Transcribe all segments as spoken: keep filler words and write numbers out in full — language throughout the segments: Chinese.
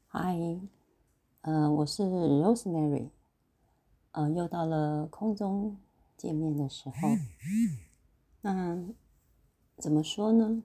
嗨，呃，我是 Rosemary，呃，又到了空中见面的时候。那怎么说呢？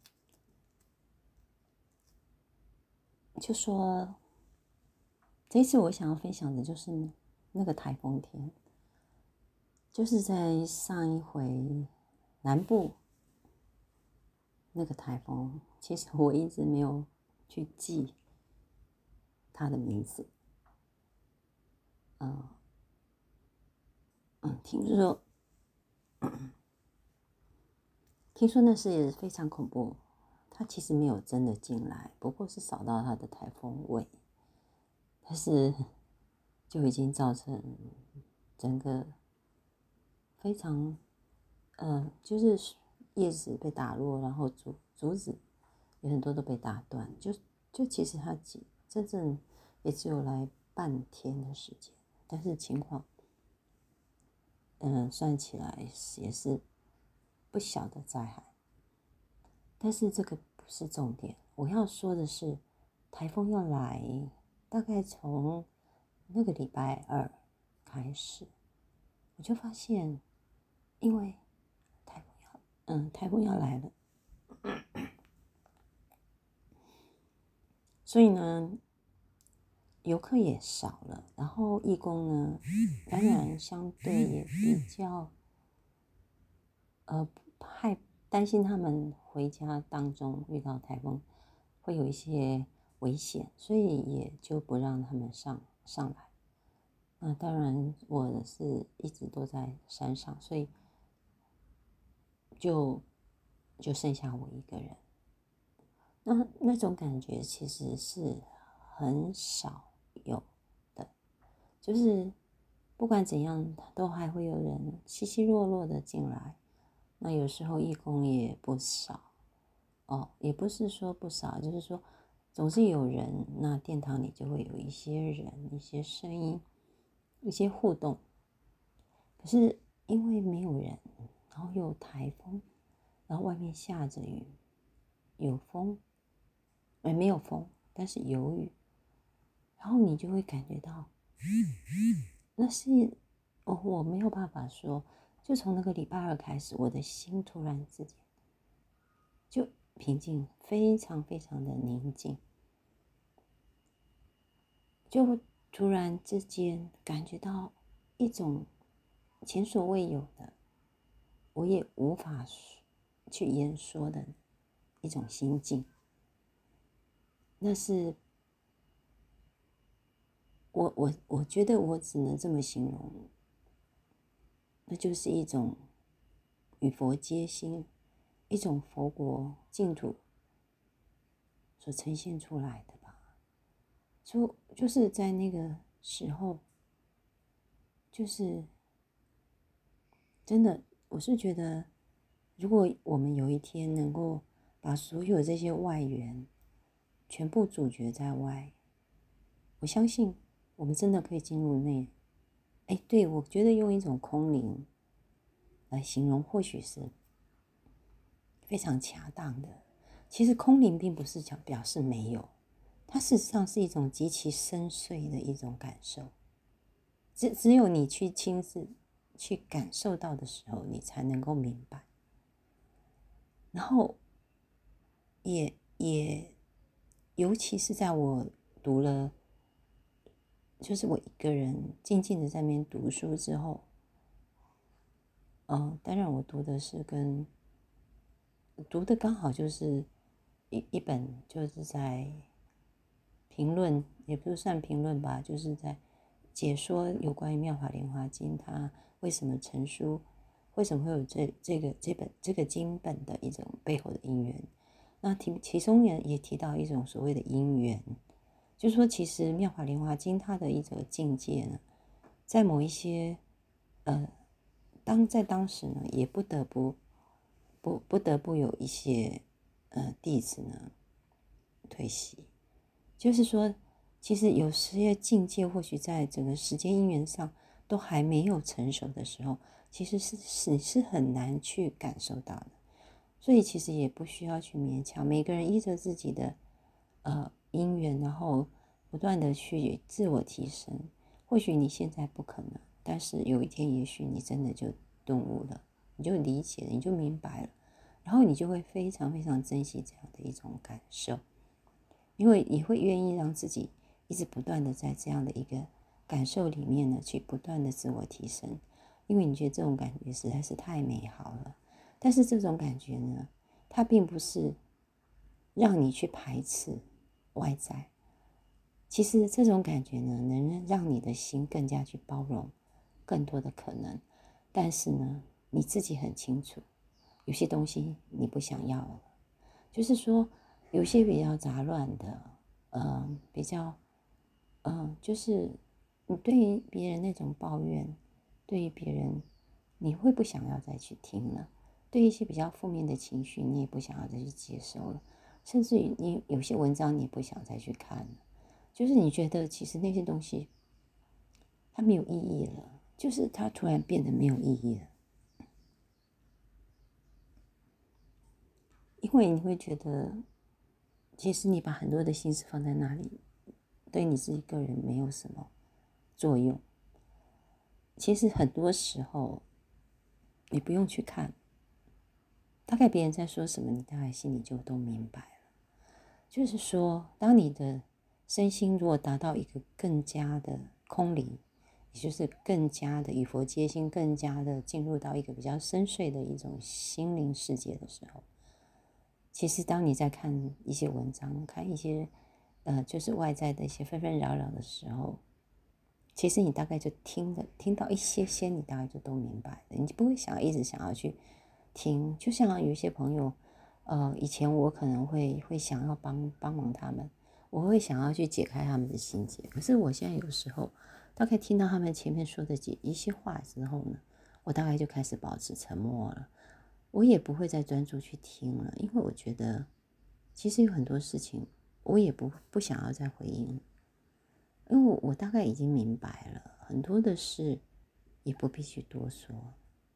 就说这一次我想要分享的就是那个台风天，就是在上一回南部那个台风，其实我一直没有去记它的名字。嗯、嗯，听说听说那是非常恐怖，它其实没有真的进来，不过是扫到它的台风尾，但是就已经造成整个非常呃，就是叶子被打落，然后竹竹子有很多都被打断，就就其实它几真正也只有来半天的时间，但是情况嗯、呃、算起来也是不小的灾害。但是这个不是重点，我要说的是，台风要来，大概从那个礼拜二开始，我就发现，因为台风要，嗯，台风要来了，所以呢，游客也少了，然后义工呢，当然相对也比较，呃，害担心他们回家当中遇到台风会有一些危险，所以也就不让他们上上来。那当然，我是一直都在山上，所以就就剩下我一个人。那那种感觉其实是很少有的，就是不管怎样，都还会有人稀稀落落的进来。那有时候义工也不少哦，也不是说不少，就是说总是有人。那殿堂里就会有一些人、一些声音、一些互动。可是因为没有人，然后又有台风，然后外面下着雨，有风，哎，没有风，但是有雨，然后你就会感觉到，那是我我没有办法说，就从那个礼拜二开始，我的心突然之间就平静，非常非常的宁静，就突然之间感觉到一种前所未有的，我也无法去言说的一种心境。那是我我我觉得我只能这么形容，那就是一种与佛接心，一种佛国净土所呈现出来的吧。就就是在那个时候，就是真的，我是觉得，如果我们有一天能够把所有这些外援全部阻绝在外，我相信我们真的可以进入那，哎，对，我觉得用一种空灵来形容，或许是非常恰当的。其实空灵并不是讲表示没有，它事实上是一种极其深邃的一种感受。只只有你去亲自去感受到的时候，你才能够明白。然后也也，尤其是在我读了，就是我一个人静静的在那边读书之后，嗯，当然我读的是跟读的刚好就是一一本就是在评论，也不是算评论吧，就是在解说有关于《妙法莲华经》它为什么成书，为什么会有这这个这本这个经本的一种背后的因缘。那提其中也也提到一种所谓的因缘，就是说其实《妙法莲华经》它的一种境界呢，在某一些呃当在当时呢，也不得不不不得不有一些呃弟子呢退席。就是说，其实有些境界或许在整个时间因缘上都还没有成熟的时候，其实是是是很难去感受到的。所以其实也不需要去勉强，每个人依着自己的呃因缘，然后不断的去自我提升。或许你现在不可能，但是有一天也许你真的就顿悟了，你就理解了，你就明白了，然后你就会非常非常珍惜这样的一种感受，因为你会愿意让自己一直不断的在这样的一个感受里面呢，去不断的自我提升，因为你觉得这种感觉实在是太美好了。但是这种感觉呢，它并不是让你去排斥外在，其实这种感觉呢，能让你的心更加去包容更多的可能。但是呢，你自己很清楚，有些东西你不想要了，就是说有些比较杂乱的，呃，比较，呃，就是你对于别人那种抱怨，对于别人，你会不想要再去听了。对一些比较负面的情绪，你也不想要再去接受了，甚至于你有些文章你也不想再去看了。就是你觉得其实那些东西它没有意义了，就是它突然变得没有意义了，因为你会觉得其实你把很多的心思放在那里，对你自己个人没有什么作用。其实很多时候你不用去看，大概别人在说什么，你大概心里就都明白了。就是说，当你的身心如果达到一个更加的空离，也就是更加的与佛接心，更加的进入到一个比较深邃的一种心灵世界的时候，其实当你在看一些文章，看一些呃，就是外在的一些纷纷扰扰的时候，其实你大概就听的听到一些些，你大概就都明白了，你就不会想一直想要去听。就像有一些朋友，呃，以前我可能会会想要帮帮忙他们，我会想要去解开他们的心结。可是我现在有时候大概听到他们前面说的几一些话之后呢，我大概就开始保持沉默了，我也不会再专注去听了，因为我觉得其实有很多事情我也不不想要再回应，因为我我大概已经明白了很多的事，也不必去多说。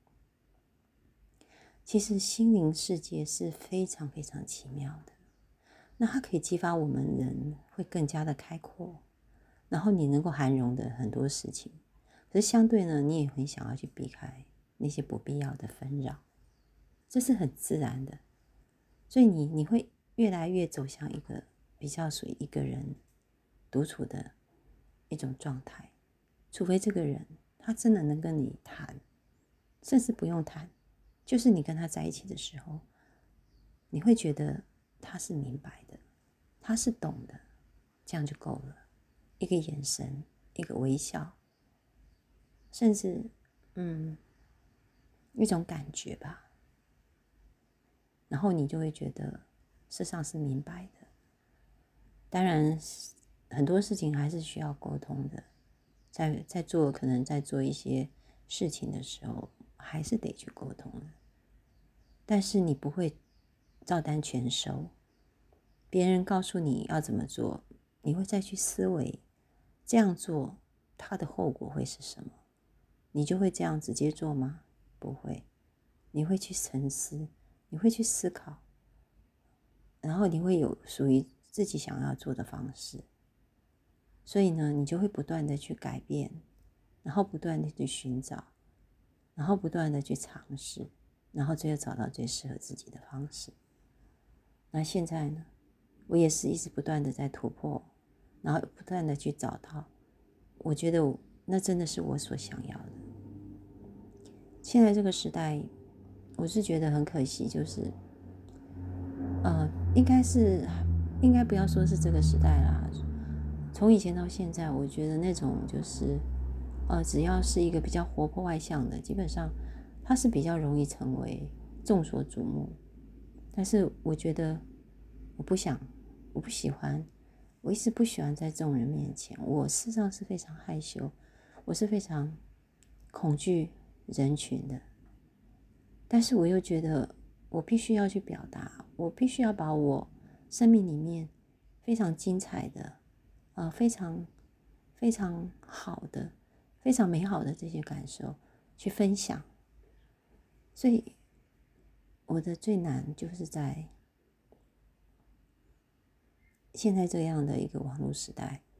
其实心灵世界是非常非常奇妙的，那它可以激发我们人会更加的开阔，然后你能够涵容的很多事情，可是相对呢，你也很想要去避开那些不必要的纷扰，这是很自然的。所以你你会越来越走向一个比较属于一个人独处的一种状态，除非这个人他真的能跟你谈，甚至不用谈，就是你跟他在一起的时候，你会觉得他是明白的，他是懂的，这样就够了。一个眼神，一个微笑，甚至嗯一种感觉吧，然后你就会觉得世上是明白的。当然很多事情还是需要沟通的，在在做可能在做一些事情的时候还是得去沟通的，但是你不会照单全收，别人告诉你要怎么做，你会再去思维这样做它的后果会是什么，你就会这样直接做吗？不会，你会去沉思，你会去思考，然后你会有属于自己想要做的方式，所以呢，你就会不断的去改变，然后不断的去寻找，然后不断的去尝试，然后最后找到最适合自己的方式。那现在呢，我也是一直不断的在突破，然后不断的去找到，我觉得我那真的是我所想要的。现在这个时代，我是觉得很可惜，就是呃，应该是应该不要说是这个时代啦，从以前到现在，我觉得那种就是呃，只要是一个比较活泼外向的，基本上他是比较容易成为众所瞩目。但是我觉得我不想，我不喜欢，我一直不喜欢在众人面前，我事实上是非常害羞，我是非常恐惧人群的。但是我又觉得我必须要去表达，我必须要把我生命里面非常精彩的呃，非常非常好的非常美好的这些感受去分享。所以我的最难就是在现在这样的一个网络时代，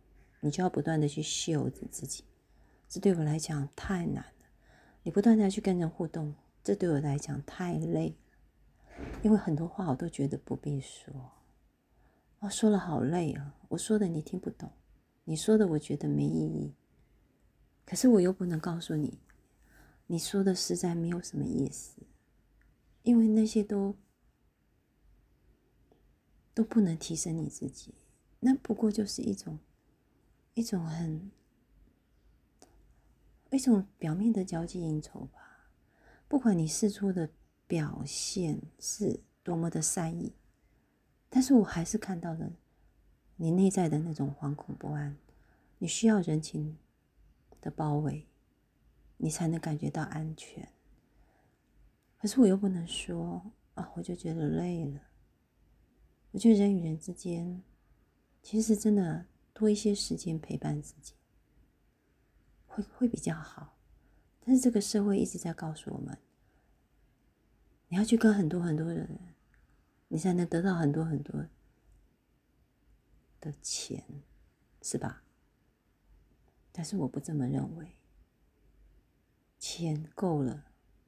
你就要不断的去秀着自己，这对我来讲太难了。你不断的去跟人互动，这对我来讲太累了，因为很多话我都觉得不必说，哦，说了好累啊，我说的你听不懂，你说的我觉得没意义，可是我又不能告诉你，你说的实在没有什么意思，因为那些都都不能提升你自己，那不过就是一种一种很一种表面的交际应酬吧。不管你释出的表现是多么的善意，但是我还是看到了你内在的那种惶恐不安，你需要人情的包围，你才能感觉到安全。可是我又不能说啊，我就觉得累了。我觉得人与人之间，其实真的多一些时间陪伴自己，会会比较好。但是这个社会一直在告诉我们，你要去跟很多很多的人，你才能得到很多很多的钱，是吧？但是我不这么认为，钱够了，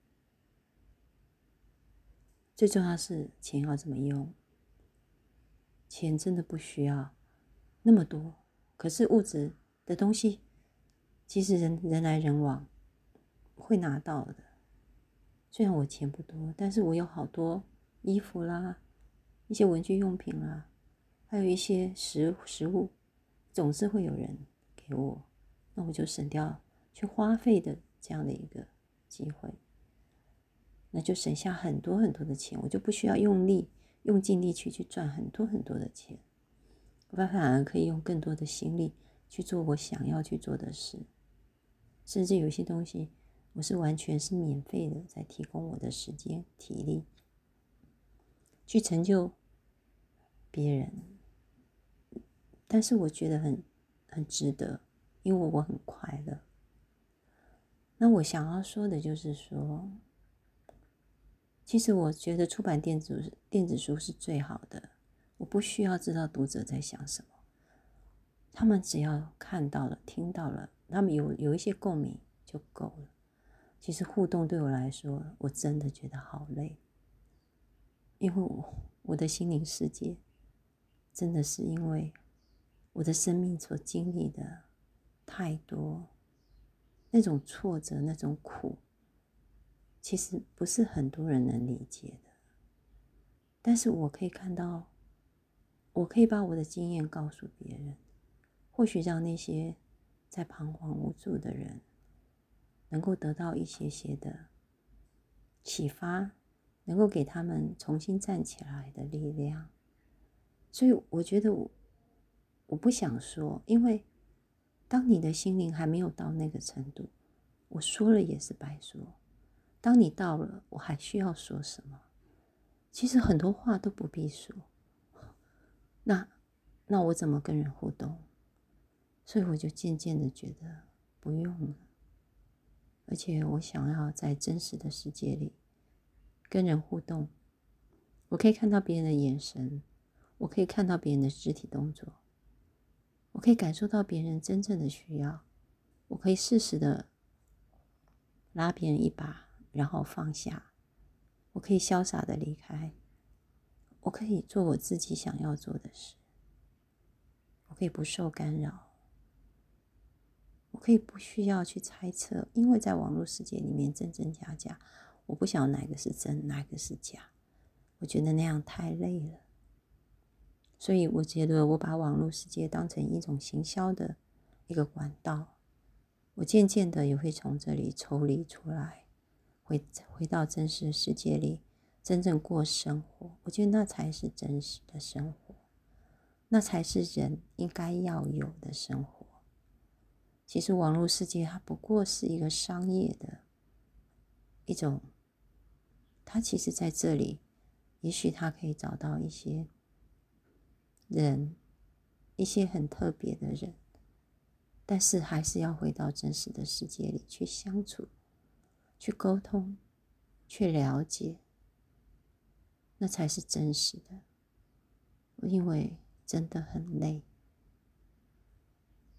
最重要是钱要怎么用。钱真的不需要那么多，可是物质的东西，其实人人来人往会拿到的。虽然我钱不多，但是我有好多衣服啦，一些文具用品啦，还有一些食食物，总是会有人给我，那我就省掉去花费的这样的一个机会，那就省下很多很多的钱，我就不需要用力用尽力去去赚很多很多的钱，我反而可以用更多的心力去做我想要去做的事，甚至有些东西我是完全是免费的，在提供我的时间体力去成就别人，但是我觉得很很值得，因为我很快乐。那我想要说的就是说，其实我觉得出版电子电子书是最好的，我不需要知道读者在想什么，他们只要看到了听到了，他们有有一些共鸣就够了。其实互动对我来说，我真的觉得好累，因为我我的心灵世界真的是因为我的生命所经历的太多，那种挫折那种苦，其实不是很多人能理解的。但是我可以看到，我可以把我的经验告诉别人，或许让那些在彷徨无助的人能够得到一些些的启发，能够给他们重新站起来的力量。所以我觉得我我不想说，因为当你的心灵还没有到那个程度，我说了也是白说。当你到了，我还需要说什么？其实很多话都不必说。那那我怎么跟人互动？所以我就渐渐的觉得不用了。而且我想要在真实的世界里跟人互动，我可以看到别人的眼神，我可以看到别人的肢体动作，我可以感受到别人真正的需要，我可以适时的拉别人一把，然后放下，我可以潇洒的离开，我可以做我自己想要做的事，我可以不受干扰，我可以不需要去猜测，因为在网络世界里面真真假假，我不晓得哪个是真，哪个是假，我觉得那样太累了。所以我觉得我把网络世界当成一种行销的一个管道，我渐渐的也会从这里抽离出来，回回到真实的世界里，真正过生活。我觉得那才是真实的生活，那才是人应该要有的生活。其实网络世界它不过是一个商业的一种，它其实在这里，也许它可以找到一些人，一些很特别的人，但是还是要回到真实的世界里去相处，去沟通，去了解，那才是真实的。因为真的很累。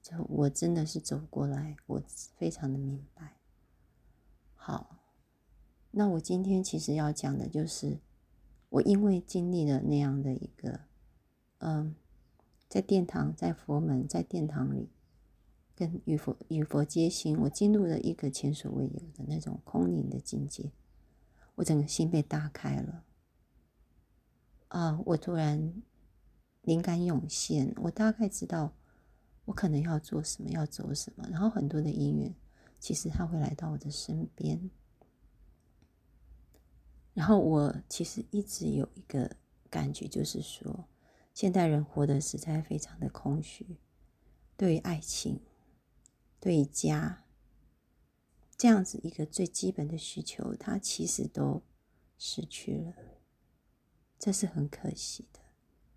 就我真的是走过来，我非常的明白。好，那我今天其实要讲的就是，我因为经历了那样的一个，嗯，在殿堂，在佛门，在殿堂里，跟与佛与佛接心，我进入了一个前所未有的那种空灵的境界，我整个心被打开了。啊，我突然灵感涌现，我大概知道我可能要做什么，要走什么，然后很多的因缘，其实它会来到我的身边。然后我其实一直有一个感觉，就是说，现代人活得实在非常的空虚，对于爱情，对于家，这样子一个最基本的需求，它其实都失去了，这是很可惜的。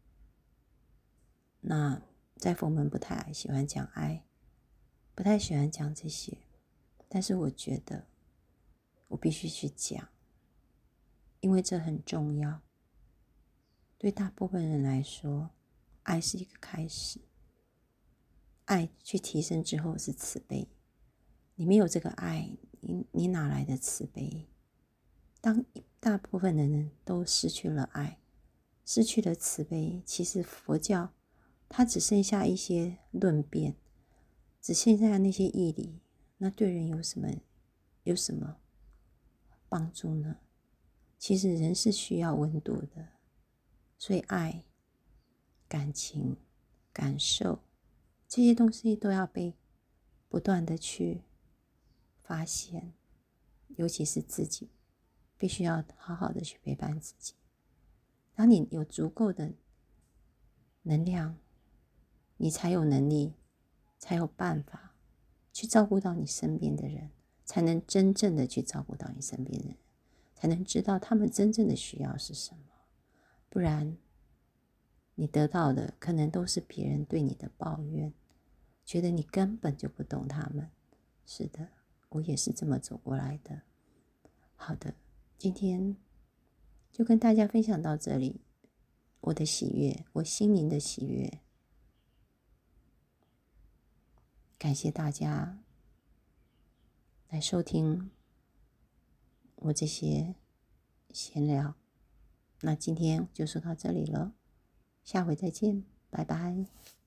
那在佛门不太喜欢讲爱，不太喜欢讲这些，但是我觉得我必须去讲，因为这很重要。对大部分人来说，爱是一个开始，爱去提升之后是慈悲。你没有这个爱，你你哪来的慈悲？当大部分的人都失去了爱，失去了慈悲，其实佛教它只剩下一些论辩，只剩下那些义理，那对人有什么有什么帮助呢？其实人是需要温度的，所以爱、感情、感受这些东西都要被不断的去发现，尤其是自己必须要好好的去陪伴自己。当你有足够的能量，你才有能力，才有办法去照顾到你身边的人，才能真正的去照顾到你身边的人，才能知道他们真正的需要是什么。不然你得到的可能都是别人对你的抱怨，觉得你根本就不懂他们。是的，我也是这么走过来的。好的，今天就跟大家分享到这里，我的喜悦，我心灵的喜悦。感谢大家来收听我这些闲聊，那今天就说到这里了，下回再见，拜拜。